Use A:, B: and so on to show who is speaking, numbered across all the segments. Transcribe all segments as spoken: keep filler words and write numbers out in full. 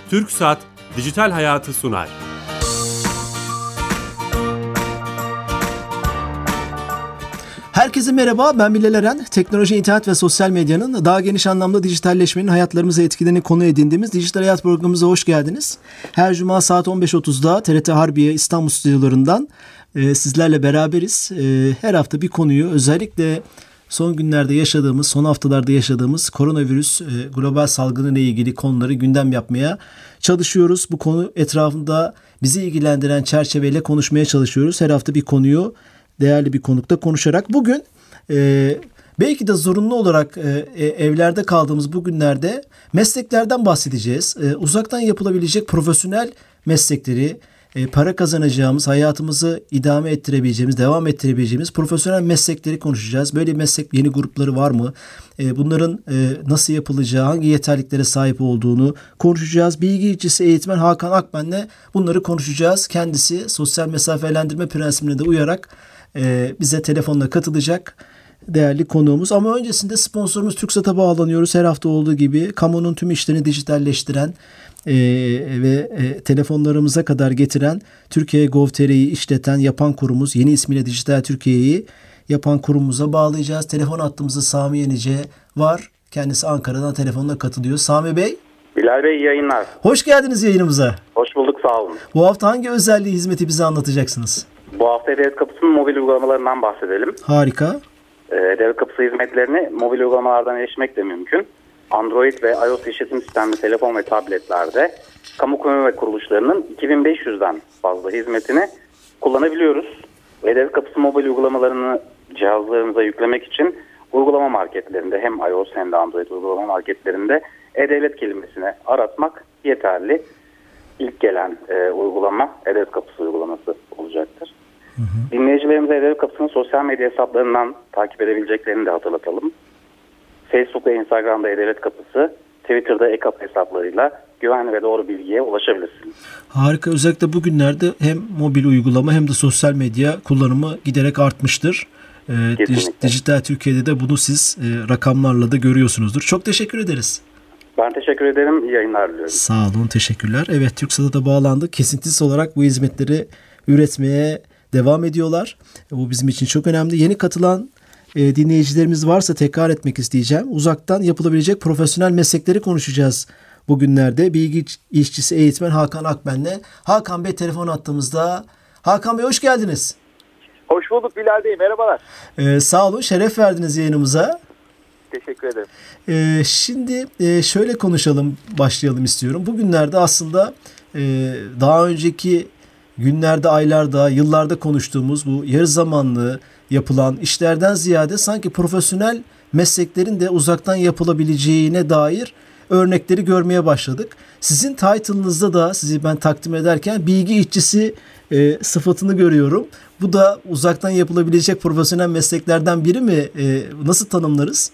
A: TürkSat Dijital Hayatı sunar.
B: Herkese merhaba, ben Bilal Eren. Teknoloji, internet ve sosyal medyanın daha geniş anlamda dijitalleşmenin hayatlarımıza etkilerini konu edindiğimiz Dijital Hayat programımıza hoş geldiniz. Her cuma saat on beş otuzda T R T Harbiye İstanbul stüdyolarından e, sizlerle beraberiz. E, her hafta bir konuyu, özellikle son günlerde yaşadığımız, son haftalarda yaşadığımız koronavirüs e, global salgını ile ilgili konuları gündem yapmaya çalışıyoruz. Bu konu etrafında bizi ilgilendiren çerçeveyle konuşmaya çalışıyoruz. Her hafta bir konuyu değerli bir konukla konuşarak. Bugün e, belki de zorunlu olarak e, evlerde kaldığımız bu günlerde mesleklerden bahsedeceğiz. E, uzaktan yapılabilecek profesyonel meslekleri, e, para kazanacağımız, hayatımızı idame ettirebileceğimiz, devam ettirebileceğimiz profesyonel meslekleri konuşacağız. Böyle meslek yeni grupları var mı? E, bunların e, nasıl yapılacağı, hangi yeterliliklere sahip olduğunu konuşacağız. Bilgi ilçesi eğitmen Hakan Akben'le bunları konuşacağız. Kendisi sosyal mesafelendirme prensibine de uyarak e, bize telefonla katılacak değerli konuğumuz. Ama öncesinde sponsorumuz TürkSat'a bağlanıyoruz. Her hafta olduğu gibi kamunun tüm işlerini dijitalleştiren e, ve e, telefonlarımıza kadar getiren Türkiye nokta gov nokta tr'yi işleten yapan kurumumuz, yeni ismiyle Dijital Türkiye'yi yapan kurumumuza bağlayacağız. Telefon hattımızda Sami Yenice var. Kendisi Ankara'dan telefonla katılıyor. Sami Bey.
C: Bilal Bey, iyi yayınlar.
B: Hoş geldiniz yayınımıza.
C: Hoş bulduk, sağ olun.
B: Bu hafta hangi özelliği, hizmeti bize anlatacaksınız?
C: Bu hafta E-Devlet Kapısı'nın mobil uygulamalarından bahsedelim.
B: Harika.
C: E-Devlet Kapısı hizmetlerini mobil uygulamalardan erişmek de mümkün. Android ve iOS işletim sistemli telefon ve tabletlerde kamu kurum ve kuruluşlarının iki bin beş yüzden fazla hizmetini kullanabiliyoruz. E-Devlet Kapısı mobil uygulamalarını cihazlarınıza yüklemek için uygulama marketlerinde hem iOS hem de Android uygulama marketlerinde E-Devlet kelimesini aratmak yeterli. İlk gelen e, uygulama E-Devlet Kapısı uygulaması olacaktır. Hı hı. Dinleyicilerimize E-Devlet Kapısı'nın sosyal medya hesaplarından takip edebileceklerini de hatırlatalım. Facebook ve Instagram'da E-Devlet Kapısı, Twitter'da E-Kapı hesaplarıyla güvenli ve doğru bilgiye ulaşabilirsiniz.
B: Harika. Özellikle bugünlerde hem mobil uygulama hem de sosyal medya kullanımı giderek artmıştır. Ee, Dijital Türkiye'de de bunu siz e, rakamlarla da görüyorsunuzdur. Çok teşekkür ederiz.
C: Ben teşekkür ederim. İyi yayınlar diliyorum.
B: Sağ olun. Teşekkürler. Evet, TürkSat'a da bağlandık. Kesintisiz olarak bu hizmetleri üretmeye devam ediyorlar. Bu bizim için çok önemli. Yeni katılan e, dinleyicilerimiz varsa tekrar etmek isteyeceğim. Uzaktan yapılabilecek profesyonel meslekleri konuşacağız bugünlerde. Bilgi işçisi eğitmen Hakan Akben'le. Hakan Bey telefon attığımızda. Hakan Bey hoş geldiniz.
D: Hoş bulduk Bilal Bey. Merhabalar.
B: Ee, sağ olun. Şeref verdiniz yayınımıza.
D: Teşekkür ederim.
B: Ee, şimdi e, şöyle konuşalım, başlayalım istiyorum. Bugünlerde aslında e, daha önceki günlerde, aylarda, yıllarda konuştuğumuz bu yarı zamanlı yapılan işlerden ziyade sanki profesyonel mesleklerin de uzaktan yapılabileceğine dair örnekleri görmeye başladık. Sizin title'ınızda da sizi ben takdim ederken bilgi işçisi e, sıfatını görüyorum. Bu da uzaktan yapılabilecek profesyonel mesleklerden biri mi? E, nasıl tanımlarız?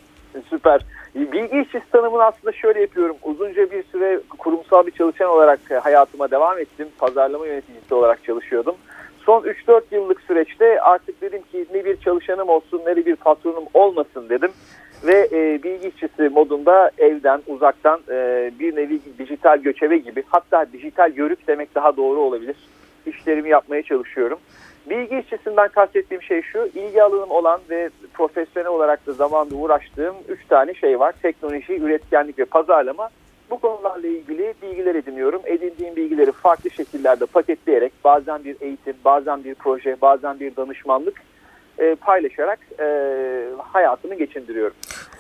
D: Süper. Bilgi işçisi tanımını aslında şöyle yapıyorum. Uzunca bir süre kurumsal bir çalışan olarak hayatıma devam ettim. Pazarlama yöneticisi olarak çalışıyordum. Son üç dört yıllık süreçte artık dedim ki ne bir çalışanım olsun ne de bir patronum olmasın dedim. Ve e, bilgi işçisi modunda evden, uzaktan e, bir nevi dijital göçebe gibi, hatta dijital yörük demek daha doğru olabilir, işlerimi yapmaya çalışıyorum. Bilgi işçisinden kastettiğim şey şu: ilgi alanım olan ve profesyonel olarak da zamanında uğraştığım üç tane şey var. Teknoloji, üretkenlik ve pazarlama. Bu konularla ilgili bilgiler ediniyorum. Edindiğim bilgileri farklı şekillerde paketleyerek bazen bir eğitim, bazen bir proje, bazen bir danışmanlık e, paylaşarak e, hayatımı geçindiriyorum.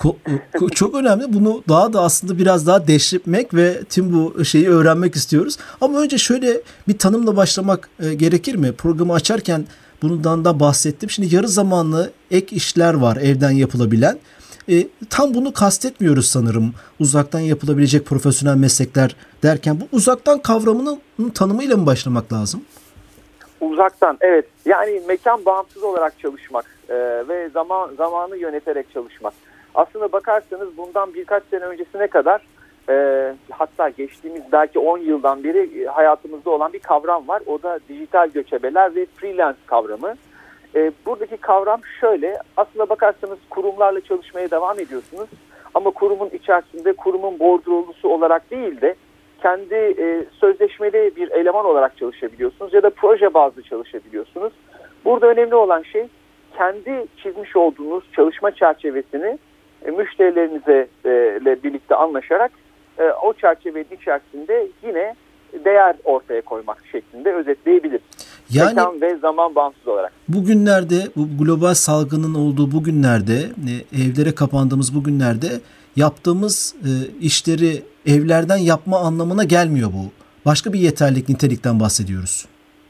B: Çok önemli. Bunu daha da aslında biraz daha deşifmek ve tüm bu şeyi öğrenmek istiyoruz. Ama önce şöyle bir tanımla başlamak e, gerekir mi? Programı açarken bundan da bahsettim. Şimdi yarı zamanlı ek işler var evden yapılabilen. E, tam bunu kastetmiyoruz sanırım. Uzaktan yapılabilecek profesyonel meslekler derken bu uzaktan kavramının tanımıyla mı başlamak lazım?
D: Uzaktan, evet. Yani mekan bağımsız olarak çalışmak e, ve zaman zamanı yöneterek çalışmak. Aslında bakarsanız bundan birkaç sene öncesine kadar e, hatta geçtiğimiz belki on yıldan beri hayatımızda olan bir kavram var. O da dijital göçebeler ve freelance kavramı. E, buradaki kavram şöyle: aslında bakarsanız kurumlarla çalışmaya devam ediyorsunuz ama kurumun içerisinde kurumun bordrolusu olarak değil de kendi e, sözleşmeli bir eleman olarak çalışabiliyorsunuz ya da proje bazlı çalışabiliyorsunuz. Burada önemli olan şey kendi çizmiş olduğunuz çalışma çerçevesini e, müşterilerinizle e, birlikte anlaşarak e, o çerçevenin içerisinde yine değer ortaya koymak şeklinde özetleyebiliriz. Yani, mekan ve zaman bağımsız olarak.
B: Bugünlerde bu global salgının olduğu bugünlerde e, evlere kapandığımız bugünlerde yaptığımız e, işleri evlerden yapma anlamına gelmiyor bu. Başka bir yeterlilik, nitelikten bahsediyoruz.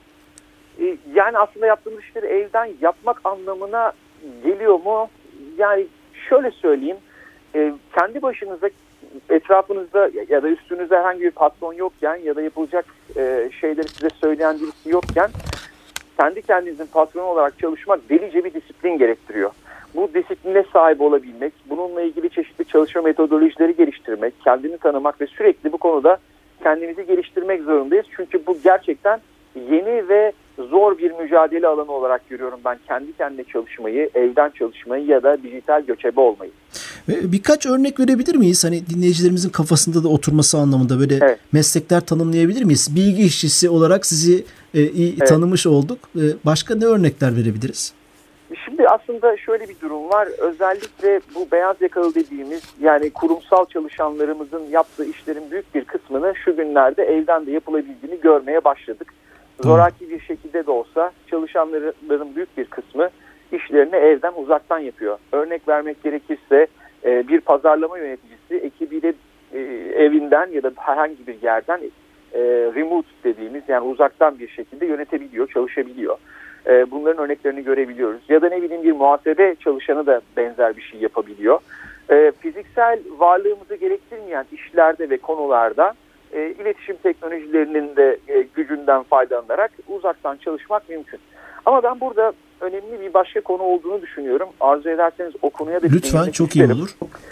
D: E, yani aslında yaptığımız işleri evden yapmak anlamına geliyor mu? Yani şöyle söyleyeyim. E, kendi başınıza etrafınızda ya da üstünüzde herhangi bir patron yokken ya da yapılacak e, şeyleri size söyleyen birisi yokken kendi kendinizin patronu olarak çalışmak delice bir disiplin gerektiriyor. Bu disipline sahip olabilmek, bununla ilgili çeşitli çalışma metodolojileri geliştirmek, kendini tanımak ve sürekli bu konuda kendimizi geliştirmek zorundayız. Çünkü bu gerçekten yeni ve zor bir mücadele alanı olarak görüyorum ben kendi kendine çalışmayı, evden çalışmayı ya da dijital göçebe olmayı.
B: Birkaç örnek verebilir miyiz? Hani dinleyicilerimizin kafasında da oturması anlamında böyle evet. meslekler tanımlayabilir miyiz? Bilgi işçisi olarak sizi e, iyi evet. tanımış olduk. E, başka ne örnekler verebiliriz?
D: Şimdi aslında şöyle bir durum var. Özellikle bu beyaz yakalı dediğimiz yani kurumsal çalışanlarımızın yaptığı işlerin büyük bir kısmını şu günlerde evden de yapılabildiğini görmeye başladık. Zoraki bir şekilde de olsa çalışanların büyük bir kısmı işlerini evden uzaktan yapıyor. Örnek vermek gerekirse bir pazarlama yöneticisi ekibiyle evinden ya da herhangi bir yerden remote dediğimiz yani uzaktan bir şekilde yönetebiliyor, çalışabiliyor. Bunların örneklerini görebiliyoruz. Ya da ne bileyim bir muhasebe çalışanı da benzer bir şey yapabiliyor. Fiziksel varlığımızı gerektirmeyen işlerde ve konularda iletişim teknolojilerinin de gücünden faydalanarak uzaktan çalışmak mümkün. Ama ben burada önemli bir başka konu olduğunu düşünüyorum. Arzu ederseniz o konuya da
B: lütfen çok isterim. iyi olur.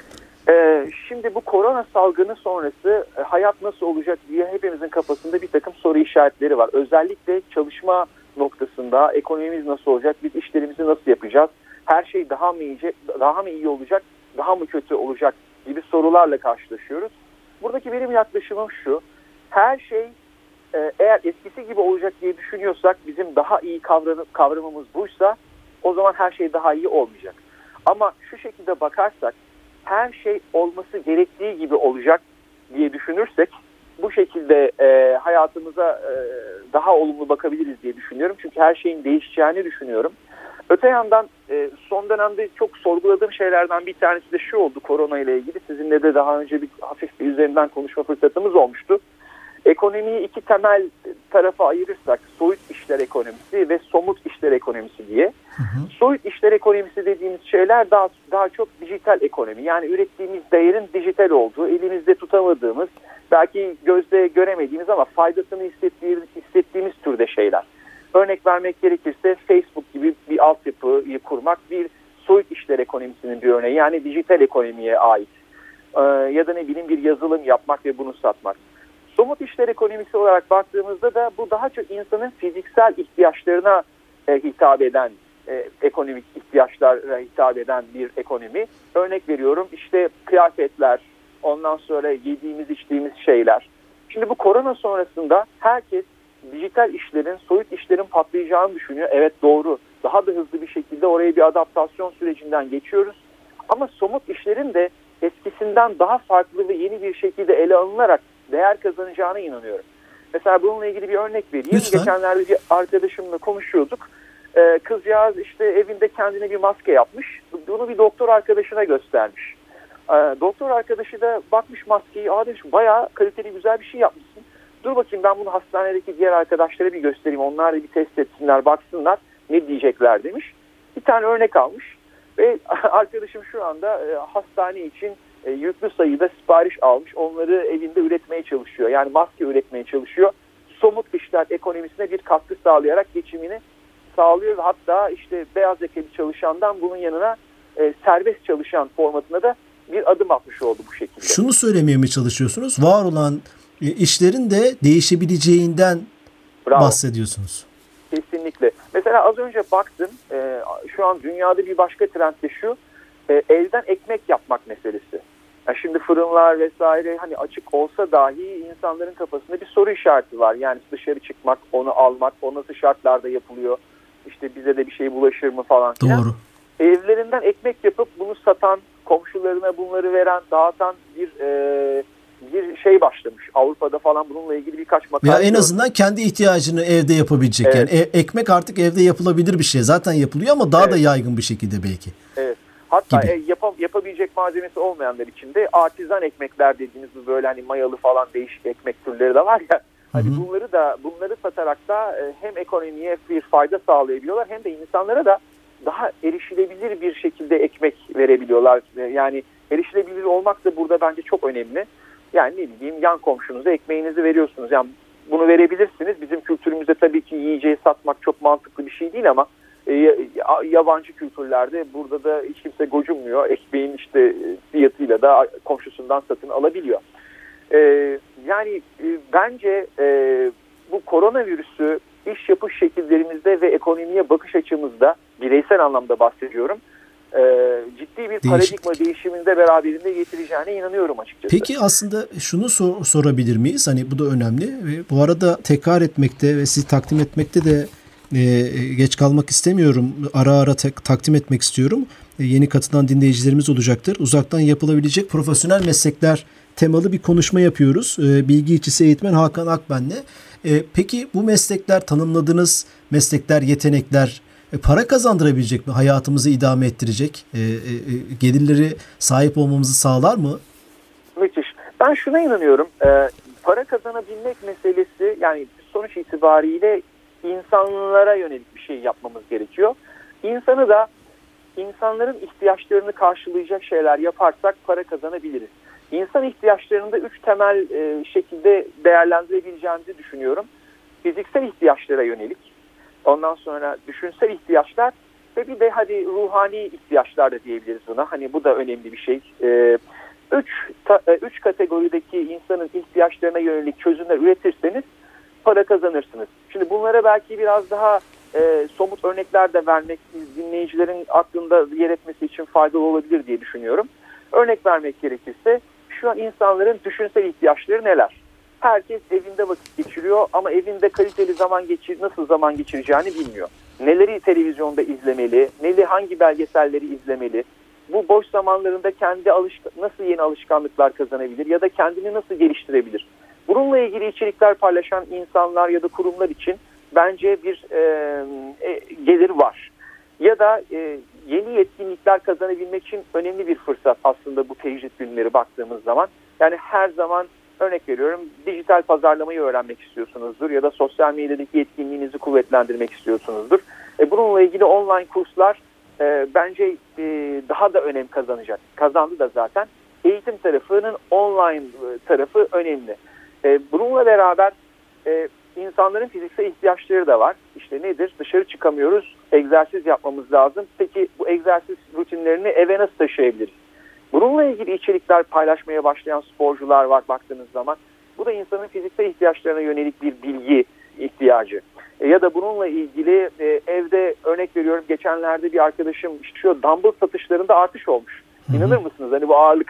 D: Ee, şimdi bu korona salgını sonrası e, hayat nasıl olacak diye hepimizin kafasında bir takım soru işaretleri var. Özellikle çalışma noktasında ekonomimiz nasıl olacak, biz işlerimizi nasıl yapacağız, her şey daha mı iyi, daha mı iyi olacak, daha mı kötü olacak gibi sorularla karşılaşıyoruz. Buradaki benim yaklaşımım şu, her şey e, eğer eskisi gibi olacak diye düşünüyorsak bizim daha iyi kavram, kavramımız buysa o zaman her şey daha iyi olmayacak. Ama şu şekilde bakarsak her şey olması gerektiği gibi olacak diye düşünürsek bu şekilde e, hayatımıza e, daha olumlu bakabiliriz diye düşünüyorum. Çünkü her şeyin değişeceğini düşünüyorum. Öte yandan e, son dönemde çok sorguladığım şeylerden bir tanesi de şu oldu korona ile ilgili. Sizinle de daha önce bir hafif bir üzerinden konuşma fırsatımız olmuştu. Ekonomiyi iki temel tarafa ayırırsak soyut işler ekonomisi ve somut işler ekonomisi diye. Hı hı. Soyut işler ekonomisi dediğimiz şeyler daha daha çok dijital ekonomi. Yani ürettiğimiz değerin dijital olduğu, elimizde tutamadığımız, belki gözde göremediğimiz ama faydasını hissettiğimiz, hissettiğimiz türde şeyler. Örnek vermek gerekirse Facebook gibi bir altyapıyı kurmak bir soyut işler ekonomisinin bir örneği. Yani dijital ekonomiye ait. Ee, ya da ne bileyim bir yazılım yapmak ve bunu satmak. Somut işler ekonomisi olarak baktığımızda da bu daha çok insanın fiziksel ihtiyaçlarına e, hitap eden, e, ekonomik ihtiyaçlara hitap eden bir ekonomi. Örnek veriyorum işte kıyafetler, ondan sonra yediğimiz içtiğimiz şeyler. Şimdi bu korona sonrasında herkes dijital işlerin, soyut işlerin patlayacağını düşünüyor. Evet doğru, daha da hızlı bir şekilde oraya bir adaptasyon sürecinden geçiyoruz. Ama somut işlerin de eskisinden daha farklı ve yeni bir şekilde ele alınarak değer kazanacağına inanıyorum. Mesela bununla ilgili bir örnek vereyim.
B: Lütfen.
D: Geçenlerde bir arkadaşımla konuşuyorduk. Ee, kızcağız işte evinde kendine bir maske yapmış. Bunu bir doktor arkadaşına göstermiş. Ee, doktor arkadaşı da bakmış maskeyi. Aa demiş bayağı kaliteli güzel bir şey yapmışsın. Dur bakayım ben bunu hastanedeki diğer arkadaşlara bir göstereyim. Onlar da bir test etsinler, baksınlar ne diyecekler demiş. Bir tane örnek almış. Ve arkadaşım şu anda e, hastane için e, yüklü sayıda sipariş almış. Onları evinde üretmeye çalışıyor. Yani maske üretmeye çalışıyor. Somut işler ekonomisine bir katkı sağlayarak geçimini sağlıyor. Ve hatta işte beyaz yakalı çalışandan bunun yanına e, serbest çalışan formatına da bir adım atmış oldu bu şekilde.
B: Şunu söylemeye mi çalışıyorsunuz? Var olan e, işlerin de değişebileceğinden Bravo. bahsediyorsunuz.
D: Kesinlikle. Mesela az önce baktım, e, şu an dünyada bir başka trend de şu, e, evden ekmek yapmak meselesi. Yani şimdi fırınlar vesaire hani açık olsa dahi insanların kafasında bir soru işareti var. Yani dışarı çıkmak, onu almak, o nasıl şartlarda yapılıyor, işte bize de bir şey bulaşır mı falan filan.
B: Doğru.
D: Evlerinden ekmek yapıp bunu satan, komşularına bunları veren, dağıtan bir e, bir şey başlamış. Avrupa'da falan bununla ilgili birkaç makale.
B: Ya en azından kendi ihtiyacını evde yapabilecek.
D: Evet.
B: Yani e- ekmek artık evde yapılabilir bir şey. Zaten yapılıyor ama daha
D: Evet.
B: da yaygın bir şekilde belki.
D: Evet. Hatta
B: Gibi.
D: e, yap- yapabilecek malzemesi olmayanlar için de artizan ekmekler dediğimiz bu böyle hani mayalı falan değişik ekmek türleri de var ya. Hani
B: Hı hı.
D: bunları da bunları satarak da e, hem ekonomiye bir fayda sağlayabiliyorlar hem de insanlara da daha erişilebilir bir şekilde ekmek verebiliyorlar. E, yani erişilebilir olmak da burada bence çok önemli. Yani ne bileyim yan komşunuza ekmeğinizi veriyorsunuz. Yani bunu verebilirsiniz. Bizim kültürümüzde tabii ki yiyeceği satmak çok mantıklı bir şey değil ama e, yabancı kültürlerde burada da hiç kimse gocunmuyor. Ekmeğin işte fiyatıyla da komşusundan satın alabiliyor. E, yani e, bence e, bu koronavirüsü iş yapış şekillerimizde ve ekonomiye bakış açımızda bireysel anlamda bahsediyorum. Ee, ciddi bir paradigma değişiminde beraberinde getireceğine inanıyorum açıkçası.
B: Peki aslında şunu sor, sorabilir miyiz? Hani bu da önemli. Ve bu arada tekrar etmekte ve sizi takdim etmekte de e, geç kalmak istemiyorum. Ara ara te- takdim etmek istiyorum. E, yeni katılan dinleyicilerimiz olacaktır. Uzaktan yapılabilecek profesyonel meslekler temalı bir konuşma yapıyoruz. E, bilgi içisi eğitmen Hakan Akben'le. E, peki bu meslekler, tanımladığınız meslekler, yetenekler para kazandırabilecek mi? Hayatımızı idame ettirecek? E, e, gelirleri sahip olmamızı sağlar mı?
D: Müthiş. Ben şuna inanıyorum. E, para kazanabilmek meselesi yani sonuç itibariyle insanlara yönelik bir şey yapmamız gerekiyor. İnsanı da insanların ihtiyaçlarını karşılayacak şeyler yaparsak para kazanabiliriz. İnsan ihtiyaçlarını da üç temel e, şekilde değerlendirebileceğimizi düşünüyorum. Fiziksel ihtiyaçlara yönelik. Ondan sonra düşünsel ihtiyaçlar ve bir de hadi ruhani ihtiyaçlar da diyebiliriz buna. Hani bu da önemli bir şey. Ee, üç, ta, üç kategorideki insanın ihtiyaçlarına yönelik çözümler üretirseniz para kazanırsınız. Şimdi bunlara belki biraz daha e, somut örnekler de vermek dinleyicilerin aklında yer etmesi için faydalı olabilir diye düşünüyorum. Örnek vermek gerekirse şu an insanların düşünsel ihtiyaçları neler? Herkes evinde vakit geçiriyor ama evinde kaliteli zaman geçir, nasıl zaman geçireceğini bilmiyor. Neleri televizyonda izlemeli, neleri hangi belgeselleri izlemeli, bu boş zamanlarında kendi alışk- nasıl yeni alışkanlıklar kazanabilir ya da kendini nasıl geliştirebilir? Bununla ilgili içerikler paylaşan insanlar ya da kurumlar için bence bir e, e, gelir var. Ya da e, yeni yetkinlikler kazanabilmek için önemli bir fırsat aslında bu tecrit günleri baktığımız zaman. Yani her zaman örnek veriyorum dijital pazarlamayı öğrenmek istiyorsunuzdur ya da sosyal medyadaki yetkinliğinizi kuvvetlendirmek istiyorsunuzdur. E, bununla ilgili online kurslar e, bence e, daha da önem kazanacak. Kazandı da zaten. Eğitim tarafının online tarafı önemli. E, bununla beraber e, insanların fiziksel ihtiyaçları da var. İşte nedir? Dışarı çıkamıyoruz, egzersiz yapmamız lazım. Peki bu egzersiz rutinlerini eve nasıl taşıyabiliriz? Bununla ilgili içerikler paylaşmaya başlayan sporcular var baktığınız zaman. Bu da insanın fiziksel ihtiyaçlarına yönelik bir bilgi ihtiyacı. E, ya da bununla ilgili e, evde örnek veriyorum geçenlerde bir arkadaşım işte şu dumbbell satışlarında artış olmuş. Hı-hı. İnanır mısınız? Hani bu ağırlık.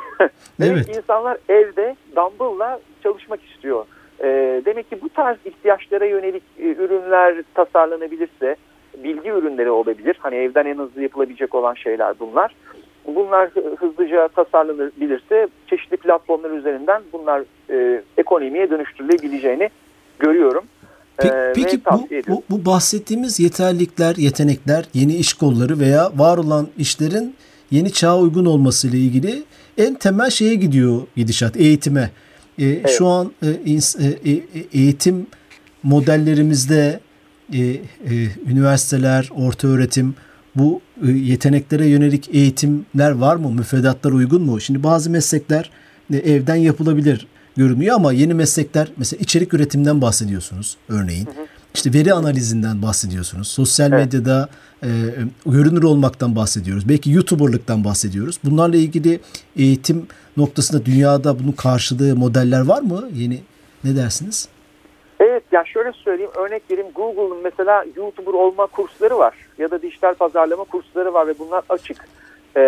D: Demek evet. ki insanlar evde dumbbell'la çalışmak istiyor. E, demek ki bu tarz ihtiyaçlara yönelik e, ürünler tasarlanabilirse bilgi ürünleri olabilir. Hani evden en hızlı yapılabilecek olan şeyler bunlar. Bunlar hızlıca tasarlanabilirse çeşitli platformlar üzerinden bunlar e, ekonomiye dönüştürülebileceğini görüyorum.
B: Peki, ee, peki bu, bu, bu bahsettiğimiz yeterlilikler, yetenekler, yeni iş kolları veya var olan işlerin yeni çağa uygun olması ile ilgili en temel şeye gidiyor gidişat, eğitime. Ee, evet. Şu an e, e, eğitim modellerimizde e, e, üniversiteler, ortaöğretim bu yeteneklere yönelik eğitimler var mı? Müfredatlar uygun mu? Şimdi bazı meslekler evden yapılabilir görünüyor ama yeni meslekler mesela içerik üretiminden bahsediyorsunuz örneğin. Hı hı. İşte veri analizinden bahsediyorsunuz. Sosyal evet. medyada e, görünür olmaktan bahsediyoruz. Belki YouTuber'lıktan bahsediyoruz. Bunlarla ilgili eğitim noktasında dünyada bunun karşılığı modeller var mı? Yeni ne dersiniz?
D: Evet, ya şöyle söyleyeyim, örnek vereyim. Google'ın mesela YouTuber olma kursları var ya da dijital pazarlama kursları var ve bunlar açık. E,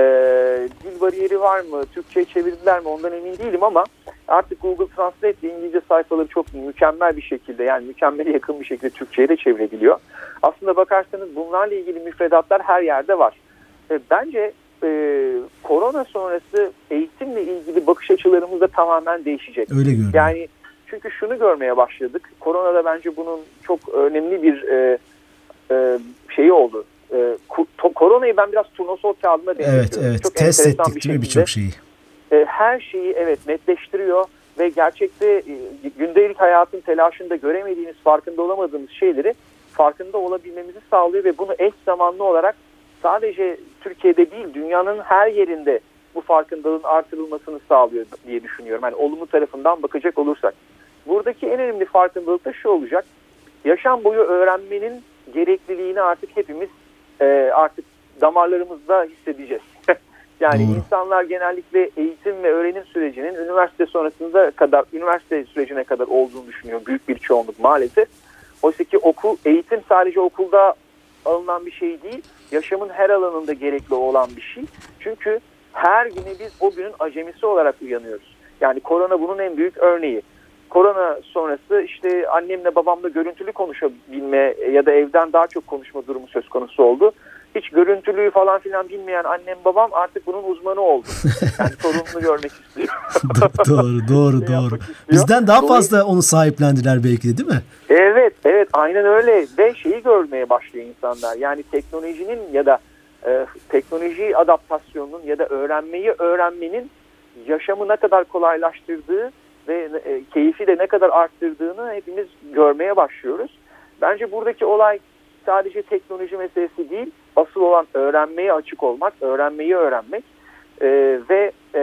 D: dil bariyeri var mı? Türkçe'ye çevirdiler mi? Ondan emin değilim ama artık Google Translate ile İngilizce sayfaları çok mükemmel bir şekilde, yani mükemmele yakın bir şekilde Türkçe'ye de çevirebiliyor. Aslında bakarsanız bunlarla ilgili müfredatlar her yerde var. E, bence e, korona sonrası eğitimle ilgili bakış açılarımız da tamamen değişecek.
B: Öyle görünüyor.
D: Yani çünkü şunu görmeye başladık. Koronada bence bunun çok önemli bir e, e, şeyi oldu. E, koronayı ben biraz turnusol kağıdına benzetiyorum.
B: Evet, evet.
D: Çok
B: Test
D: enteresan
B: ettik
D: bir
B: değil mi
D: şekilde.
B: birçok şeyi?
D: E, her şeyi evet netleştiriyor ve gerçekte e, gündelik hayatın telaşında göremediğiniz, farkında olamadığımız şeyleri farkında olabilmemizi sağlıyor ve bunu eş zamanlı olarak sadece Türkiye'de değil, dünyanın her yerinde bu farkındalığın artırılmasını sağlıyor diye düşünüyorum. Yani olumlu tarafından bakacak olursak. Buradaki en önemli farkındalık da şu olacak. Yaşam boyu öğrenmenin gerekliliğini artık hepimiz e, artık damarlarımızda hissedeceğiz. Yani
B: Doğru.
D: insanlar genellikle eğitim ve öğrenim sürecinin üniversite sonrasında kadar, üniversite sürecine kadar olduğunu düşünüyor büyük bir çoğunluk maalesef. Oysa ki okul, eğitim sadece okulda alınan bir şey değil, yaşamın her alanında gerekli olan bir şey. Çünkü her güne biz o günün acemisi olarak uyanıyoruz. Yani korona bunun en büyük örneği. Korona sonrası işte annemle babamla görüntülü konuşabilme ya da evden daha çok konuşma durumu söz konusu oldu. Hiç görüntülüyü falan filan bilmeyen annem babam artık bunun uzmanı oldu. Yani torununu görmek istiyor.
B: Doğru, doğru, doğru. Bizden daha fazla onu sahiplendiler belki de, değil mi?
D: Evet, evet, aynen öyle. Ve şeyi görmeye başlıyor insanlar. Yani teknolojinin ya da e, teknoloji adaptasyonunun ya da öğrenmeyi öğrenmenin yaşamı ne kadar kolaylaştırdığı ve e, keyfi de ne kadar arttırdığını hepimiz görmeye başlıyoruz. Bence buradaki olay sadece teknoloji meselesi değil, asıl olan öğrenmeye açık olmak, öğrenmeyi öğrenmek e, ve e,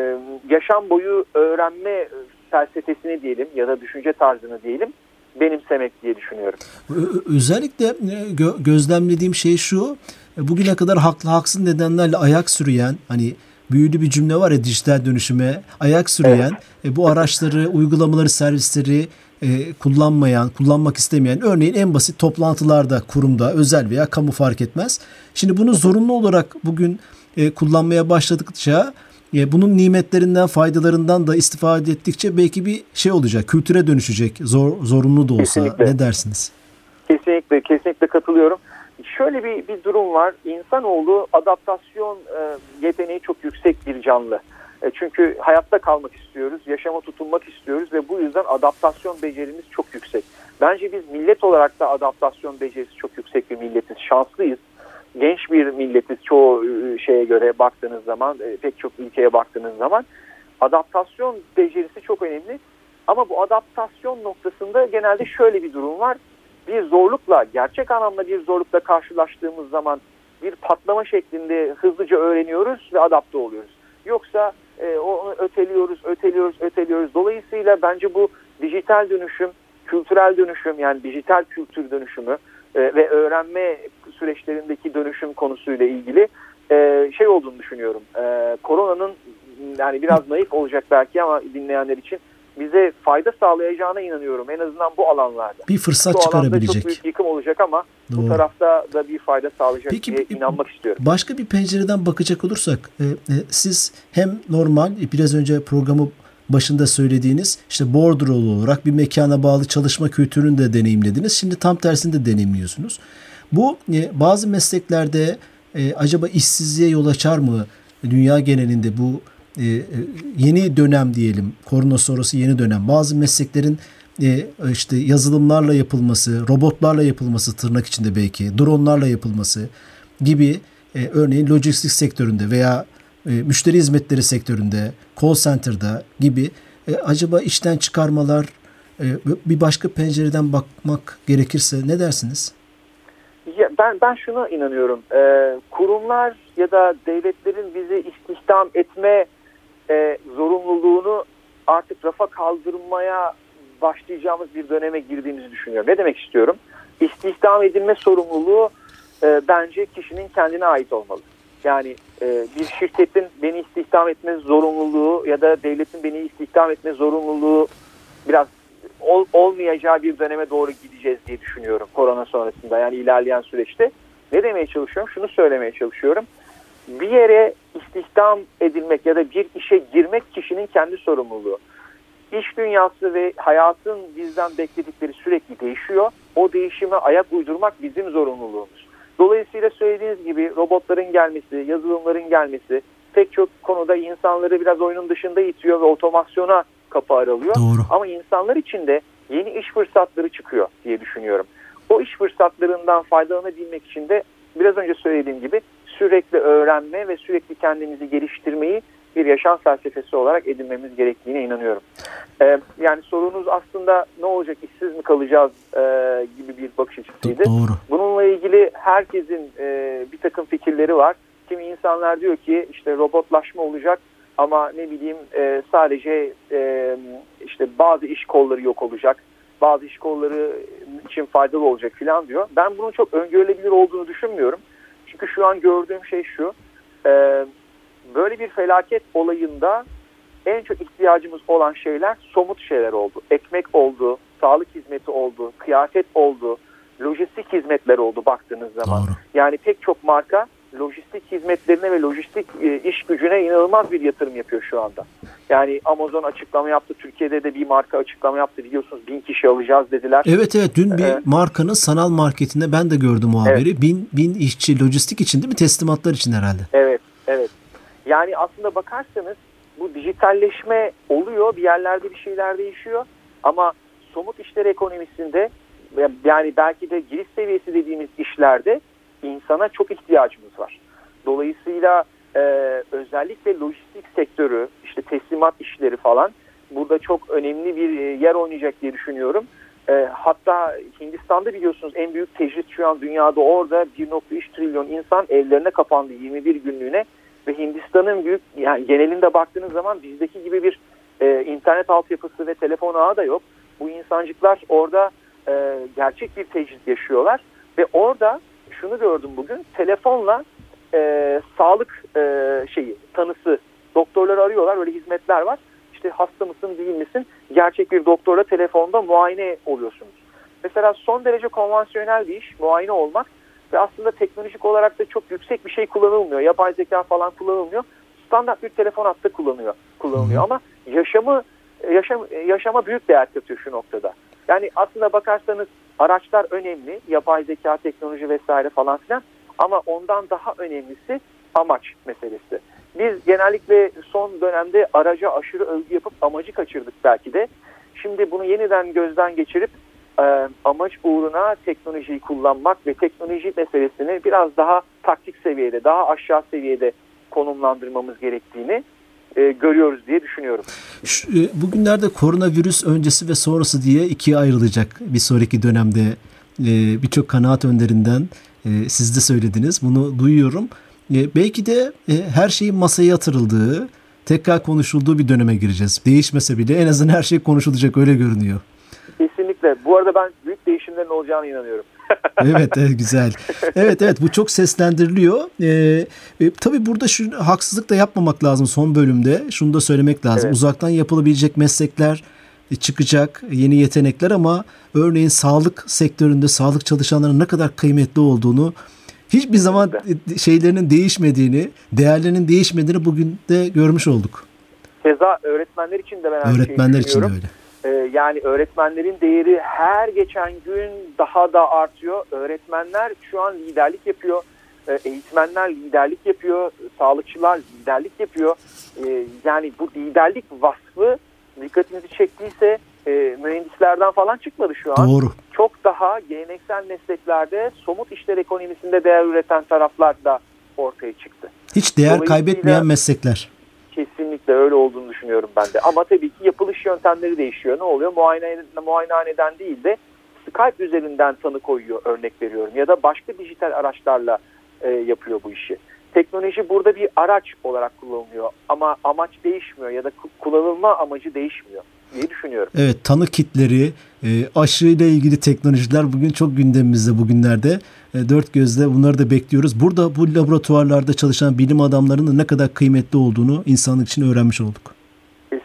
D: yaşam boyu öğrenme felsefesini diyelim ya da düşünce tarzını diyelim benimsemek diye düşünüyorum.
B: Özellikle gö- gözlemlediğim şey şu, bugüne kadar haklı haksız nedenlerle ayak sürüyen, hani büyülü bir cümle var ya, dijital dönüşüme ayak sürüyen, evet. e, bu araçları, uygulamaları, servisleri e, kullanmayan, kullanmak istemeyen, örneğin en basit toplantılarda, kurumda, özel veya kamu fark etmez. Şimdi bunu zorunlu olarak bugün e, kullanmaya başladıkça, e, bunun nimetlerinden, faydalarından da istifade ettikçe belki bir şey olacak, kültüre dönüşecek, zor, zorunlu da olsa. Kesinlikle. Ne dersiniz?
D: Kesinlikle, kesinlikle katılıyorum. Şöyle bir, bir durum var. İnsanoğlu adaptasyon e, yeteneği çok yüksek bir canlı. E, çünkü hayatta kalmak istiyoruz, yaşama tutunmak istiyoruz ve bu yüzden adaptasyon becerimiz çok yüksek. Bence biz millet olarak da adaptasyon becerisi çok yüksek bir milletiz. Şanslıyız. Genç bir milletiz çoğu şeye göre baktığınız zaman, e, pek çok ülkeye baktığınız zaman. Adaptasyon becerisi çok önemli. Ama bu adaptasyon noktasında genelde şöyle bir durum var. Bir zorlukla, gerçek anlamda bir zorlukla karşılaştığımız zaman bir patlama şeklinde hızlıca öğreniyoruz ve adapte oluyoruz. Yoksa e, onu öteliyoruz, öteliyoruz, öteliyoruz. Dolayısıyla bence bu dijital dönüşüm, kültürel dönüşüm, yani dijital kültür dönüşümü e, ve öğrenme süreçlerindeki dönüşüm konusuyla ilgili e, şey olduğunu düşünüyorum. E, koronanın yani biraz naif olacak belki ama dinleyenler için bize fayda sağlayacağına inanıyorum. En azından bu alanlarda.
B: Bir fırsat
D: bu
B: çıkarabilecek.
D: Çok büyük yıkım olacak ama
B: Doğru.
D: bu tarafta da bir fayda sağlayacak
B: Peki,
D: diye inanmak istiyorum.
B: Başka bir pencereden bakacak olursak e, e, siz hem normal biraz önce programı başında söylediğiniz işte bordrolu olarak bir mekana bağlı çalışma kültürünü de deneyimlediniz. Şimdi tam tersini de deneyimliyorsunuz. Bu e, bazı mesleklerde e, acaba işsizliğe yol açar mı? Dünya genelinde bu e, yeni dönem diyelim, korona sonrası yeni dönem. Bazı mesleklerin e, işte yazılımlarla yapılması, robotlarla yapılması, tırnak içinde belki, dronlarla yapılması gibi e, örneğin lojistik sektöründe veya e, müşteri hizmetleri sektöründe, call center'da gibi e, acaba işten çıkarmalar, e, bir başka pencereden bakmak gerekirse ne dersiniz?
D: Ya ben ben şuna inanıyorum. Ee, kurumlar ya da devletlerin bizi istihdam etme e, zorunluluğunu artık rafa kaldırmaya başlayacağımız bir döneme girdiğimizi düşünüyorum. Ne demek istiyorum? İstihdam edilme sorumluluğu e, bence kişinin kendine ait olmalı. Yani e, bir şirketin beni istihdam etme zorunluluğu ya da devletin beni istihdam etme zorunluluğu biraz ol, olmayacağı bir döneme doğru gideceğiz diye düşünüyorum korona sonrasında, yani ilerleyen süreçte. Ne demeye çalışıyorum? Şunu söylemeye çalışıyorum. bir yere istihdam edilmek ya da bir işe girmek kişinin kendi sorumluluğu. İş dünyası ve hayatın bizden bekledikleri sürekli değişiyor. O değişime ayak uydurmak bizim zorunluluğumuz. Dolayısıyla söylediğiniz gibi robotların gelmesi, yazılımların gelmesi pek çok konuda insanları biraz oyunun dışında itiyor ve otomasyona kapı aralıyor.
B: Doğru.
D: Ama insanlar için de yeni iş fırsatları çıkıyor diye düşünüyorum. O iş fırsatlarından faydalanabilmek için de biraz önce söylediğim gibi sürekli öğrenme ve sürekli kendimizi geliştirmeyi bir yaşam felsefesi olarak edinmemiz gerektiğine inanıyorum. Ee, yani sorunuz aslında ne olacak, işsiz mi kalacağız e, gibi bir bakış açısıydı.
B: Doğru.
D: Bununla ilgili herkesin e, bir takım fikirleri var. Kimi insanlar diyor ki işte robotlaşma olacak ama ne bileyim e, sadece e, işte bazı iş kolları yok olacak. Bazı iş kolları için faydalı olacak filan diyor. Ben bunun çok öngörülebilir olduğunu düşünmüyorum. Çünkü şu an gördüğüm şey şu. E, böyle bir felaket olayında en çok ihtiyacımız olan şeyler somut şeyler oldu. Ekmek oldu, sağlık hizmeti oldu, kıyafet oldu, lojistik hizmetler oldu baktığınız zaman.
B: Doğru.
D: Yani pek çok marka lojistik hizmetlerine ve lojistik e, iş gücüne inanılmaz bir yatırım yapıyor şu anda. Yani Amazon açıklama yaptı. Türkiye'de de bir marka açıklama yaptı. Biliyorsunuz bin kişi alacağız dediler.
B: Evet evet dün bir
D: Ee,
B: markanın sanal marketinde ben de gördüm o haberi.
D: Evet.
B: Bin, bin işçi lojistik için değil mi? Teslimatlar için herhalde.
D: Evet, evet. Yani aslında bakarsanız bu dijitalleşme oluyor. Bir yerlerde bir şeyler değişiyor. Ama somut işler ekonomisinde yani belki de giriş seviyesi dediğimiz işlerde insana çok ihtiyacımız var. Dolayısıyla e, özellikle lojistik sektörü, işte teslimat işleri falan burada çok önemli bir yer oynayacak diye düşünüyorum. E, hatta Hindistan'da biliyorsunuz en büyük tecrit şu an dünyada orada bir nokta üç trilyon insan evlerine kapandı yirmi bir günlüğüne ve Hindistan'ın büyük yani genelinde baktığınız zaman bizdeki gibi bir e, internet altyapısı ve telefon ağı da yok. Bu insancıklar orada e, gerçek bir tecrit yaşıyorlar ve orada şunu gördüm bugün telefonla e, sağlık e, şeyi tanısı doktorları arıyorlar, öyle hizmetler var. İşte hasta mısın değil misin? Gerçek bir doktorla telefonda muayene oluyorsunuz. Mesela son derece konvansiyonel bir iş muayene olmak ve aslında teknolojik olarak da çok yüksek bir şey kullanılmıyor. Yapay zeka falan kullanılmıyor. Standart bir telefon hattı kullanıyor, kullanılıyor ama yaşamı yaşam yaşama büyük değer katıyor şu noktada. Yani aslında bakarsanız araçlar önemli, yapay zeka, teknoloji vesaire falan filan ama ondan daha önemlisi amaç meselesi. Biz genellikle son dönemde araca aşırı övgü yapıp amacı kaçırdık belki de. Şimdi bunu yeniden gözden geçirip e, amaç uğruna teknolojiyi kullanmak ve teknoloji meselesini biraz daha taktik seviyede, daha aşağı seviyede konumlandırmamız gerektiğini e, görüyoruz diye düşünüyorum.
B: Şu, e, bugünlerde koronavirüs öncesi ve sonrası diye ikiye ayrılacak bir sonraki dönemde e, birçok kanaat önderinden e, siz de söylediniz. Bunu duyuyorum. E, belki de e, her şeyin masaya yatırıldığı, tekrar konuşulduğu bir döneme gireceğiz. Değişmese bile en azından her şey konuşulacak öyle görünüyor.
D: Kesinlikle. Bu arada ben büyük değişimlerin olacağına inanıyorum.
B: Evet, evet güzel. Evet evet bu çok seslendiriliyor. Ee, e, tabii burada şu haksızlık da yapmamak lazım son bölümde. Şunu da söylemek lazım.
D: Evet.
B: Uzaktan yapılabilecek meslekler e, çıkacak, yeni yetenekler ama örneğin sağlık sektöründe sağlık çalışanlarının ne kadar kıymetli olduğunu, hiçbir zaman e, şeylerinin değişmediğini, değerlerinin değişmediğini bugün de görmüş olduk.
D: Keza öğretmenler için de ben aynı şeyi
B: Öğretmenler için de
D: düşünüyorum.
B: öyle.
D: Ee, yani öğretmenlerin değeri her geçen gün daha da artıyor. Öğretmenler şu an liderlik yapıyor. Ee, eğitmenler liderlik yapıyor. Sağlıkçılar liderlik yapıyor. Ee, yani bu liderlik vasfı dikkatinizi çektiyse e, mühendislerden falan çıkmadı şu an.
B: Doğru.
D: Çok daha geleneksel mesleklerde somut işler ekonomisinde değer üreten taraflar da ortaya çıktı.
B: Hiç değer
D: Dolayısıyla
B: kaybetmeyen meslekler.
D: Kesinlikle öyle olduğunu düşünüyorum ben de. Ama tabii ki yapılış yöntemleri değişiyor. Ne oluyor? Muayene, muayenehaneden değil de Skype üzerinden tanı koyuyor, örnek veriyorum. Ya da başka dijital araçlarla e, yapıyor bu işi. Teknoloji burada bir araç olarak kullanılıyor. Ama amaç değişmiyor ya da kullanılma amacı değişmiyor diye düşünüyorum.
B: Evet, tanı kitleri, e, aşı ile ilgili teknolojiler bugün çok gündemimizde bugünlerde. E, dört gözle bunları da bekliyoruz. Burada bu laboratuvarlarda çalışan bilim adamlarının ne kadar kıymetli olduğunu insanlık için öğrenmiş olduk.
D: Kesinlikle hocam.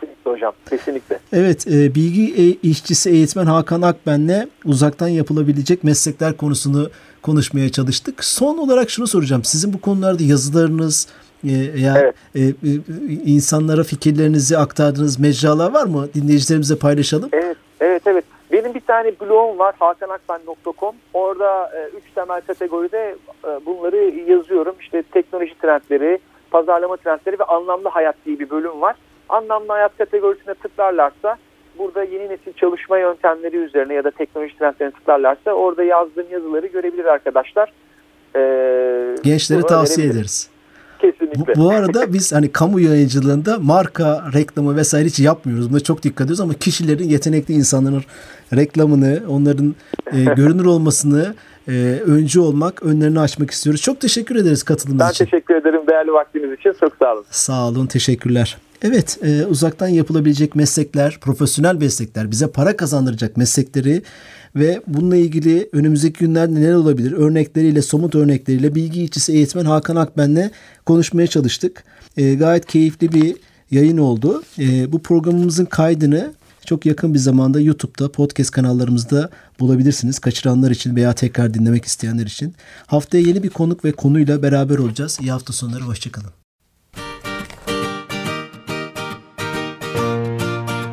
D: hocam. Kesinlikle.
B: Evet, e, bilgi işçisi eğitmen Hakan Akben'le uzaktan yapılabilecek meslekler konusunu konuşmaya çalıştık. Son olarak şunu soracağım. Sizin bu konularda yazılarınız, e, ya
D: evet.
B: e, e, insanlara fikirlerinizi aktardığınız mecralar var mı? Dinleyicilerimize paylaşalım.
D: Evet, evet, evet. Benim bir tane blogum var, hakan akben nokta com. Orada e, üç temel kategoride e, bunları yazıyorum. İşte teknoloji trendleri, pazarlama trendleri ve anlamlı hayat diye bir bölüm var. Anlamlı hayat kategorisine tıklarlarsa, burada yeni nesil çalışma yöntemleri üzerine ya da teknoloji trendlerine tıklarlarsa orada yazdığım yazıları görebilir arkadaşlar. Ee,
B: Gençlere tavsiye ederiz.
D: Kesinlikle.
B: Bu, bu arada biz hani kamu yayıncılığında marka reklamı vesaire hiç yapmıyoruz. Buna çok dikkat ediyoruz ama kişilerin, yetenekli insanların reklamını, onların e, görünür olmasını e, öncü olmak, önlerini açmak istiyoruz. Çok teşekkür ederiz katılımınız
D: ben
B: için.
D: Ben teşekkür ederim değerli vaktiniz için. Çok sağ olun.
B: Sağ olun, teşekkürler. Evet, e, uzaktan yapılabilecek meslekler, profesyonel meslekler, bize para kazandıracak meslekleri ve bununla ilgili önümüzdeki günlerde neler olabilir örnekleriyle, somut örnekleriyle bilgi işçisi eğitmen Hakan Akben'le konuşmaya çalıştık. E, gayet keyifli bir yayın oldu. E, bu programımızın kaydını çok yakın bir zamanda YouTube'da, podcast kanallarımızda bulabilirsiniz. Kaçıranlar için veya tekrar dinlemek isteyenler için. Haftaya yeni bir konuk ve konuyla beraber olacağız. İyi hafta sonları, hoşçakalın.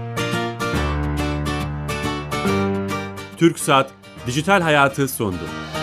A: TürkSat Dijital Hayatı sundu.